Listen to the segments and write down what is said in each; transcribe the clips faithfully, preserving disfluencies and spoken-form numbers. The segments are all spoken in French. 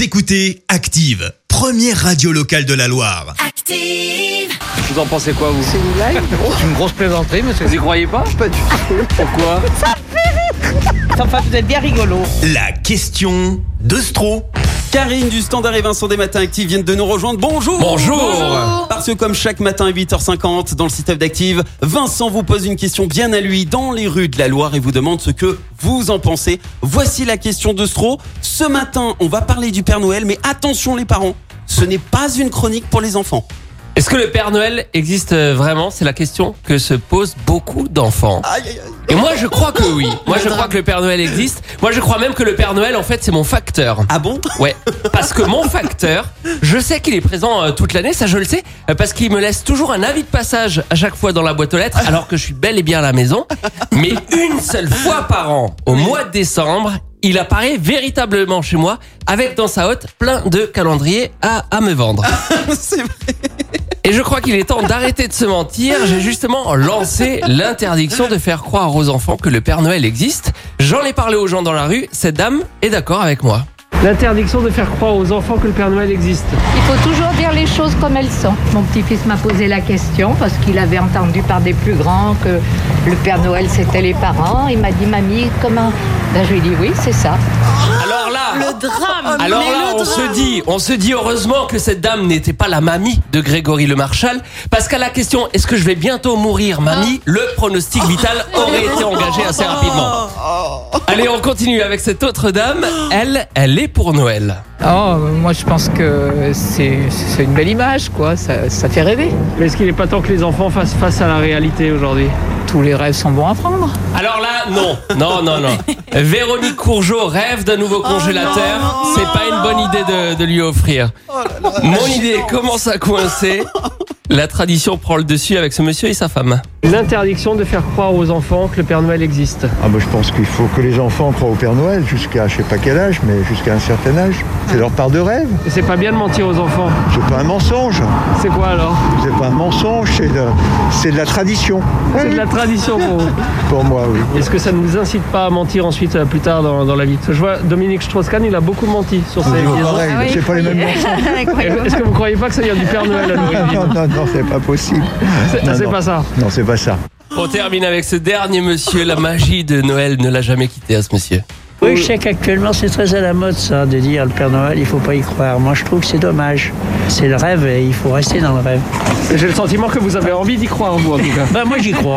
Vous écoutez Active, première radio locale de la Loire. Active! Vous en pensez quoi, vous? C'est une blague? C'est une grosse plaisanterie, monsieur. Vous y croyez pas? Pas du tout. Pourquoi? Ça fait rire. Enfin, vous êtes bien rigolo. La question de Stro. Karine du Standard et Vincent des Matins Actifs viennent de nous rejoindre. Bonjour. Bonjour. Bonjour. Parce que comme chaque matin à huit heures cinquante dans le système d'Active, Vincent vous pose une question bien à lui dans les rues de la Loire et vous demande ce que vous en pensez. Voici la question de Stro. Ce matin, on va parler du Père Noël, mais attention les parents, ce n'est pas une chronique pour les enfants. Est-ce que le Père Noël existe vraiment? C'est la question que se posent beaucoup d'enfants. Aïe, aïe, aïe. Et moi, je crois que oui. Moi, je crois que le Père Noël existe. Moi, je crois même que le Père Noël, en fait, c'est mon facteur. Ah bon? Ouais, parce que mon facteur, je sais qu'il est présent euh, toute l'année, ça je le sais, euh, parce qu'il me laisse toujours un avis de passage à chaque fois dans la boîte aux lettres, alors que je suis bel et bien à la maison. Mais une seule fois par an, au mois de décembre, il apparaît véritablement chez moi, avec dans sa hotte plein de calendriers à, à me vendre. C'est vrai. Et je crois qu'il est temps d'arrêter de se mentir. J'ai justement lancé l'interdiction de faire croire aux enfants que le Père Noël existe. J'en ai parlé aux gens dans la rue. Cette dame est d'accord avec moi. L'interdiction de faire croire aux enfants que le Père Noël existe. Il faut toujours dire les choses comme elles sont. Mon petit-fils m'a posé la question parce qu'il avait entendu par des plus grands que le Père Noël c'était les parents. Il m'a dit, mamie, comment? Ben, je lui ai dit oui, c'est ça. Alors là, Le drame! alors Mais là, le on drame. se dit, on se dit heureusement que cette dame n'était pas la mamie de Grégory Le Marchal, parce qu'à la question est-ce que je vais bientôt mourir, mamie, le pronostic vital aurait été engagé assez rapidement. Allez, on continue avec cette autre dame. Elle, elle est pour Noël. Oh, moi je pense que c'est, c'est une belle image, quoi. Ça, ça fait rêver. Mais est-ce qu'il n'est pas temps que les enfants fassent face à la réalité aujourd'hui? Tous les rêves sont bons à prendre. Alors là, non, non, non, non. Véronique Courgeot rêve d'un nouveau congélateur. C'est pas une bonne idée de, de lui offrir. Mon idée commence à coincer. La tradition prend le dessus avec ce monsieur et sa femme. L'interdiction de faire croire aux enfants que le Père Noël existe. Ah bah, je pense qu'il faut que les enfants croient au Père Noël jusqu'à je sais pas quel âge, mais jusqu'à un certain âge. C'est leur part de rêve. Et c'est pas bien de mentir aux enfants. C'est pas un mensonge. C'est quoi alors? C'est pas un mensonge, c'est de, c'est de la tradition. C'est de la tradition pour vous. Pour moi, oui. Est-ce que ça ne vous incite pas à mentir ensuite euh, plus tard dans, dans la vie? Parce que je vois Dominique Strauss-Kahn, il a beaucoup menti sur ses C'est liaisons. pareil, Ah oui, c'est pas les mêmes oui. mensonges. Est-ce que vous croyez pas que ça vient du Père Noël à l'origine? Non, non, non, c'est pas possible. C'est, Non, c'est non. pas ça. Non, c'est pas ça. On termine avec ce dernier monsieur. La magie de Noël ne l'a jamais quitté à ce monsieur. Oui, je sais qu'actuellement c'est très à la mode ça, de dire le Père Noël, il faut pas y croire. Moi je trouve que c'est dommage. C'est le rêve et il faut rester dans le rêve. J'ai le sentiment que vous avez envie d'y croire, vous en tout cas. Ben moi j'y crois.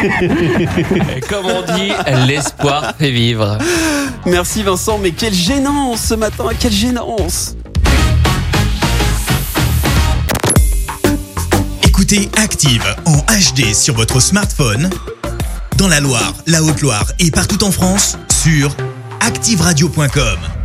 Et comme on dit, l'espoir fait vivre. Merci Vincent, mais quelle gênance ce matin, quelle gênance. Écoutez Active en H D sur votre smartphone, dans la Loire, la Haute-Loire et partout en France, sur active radio point com.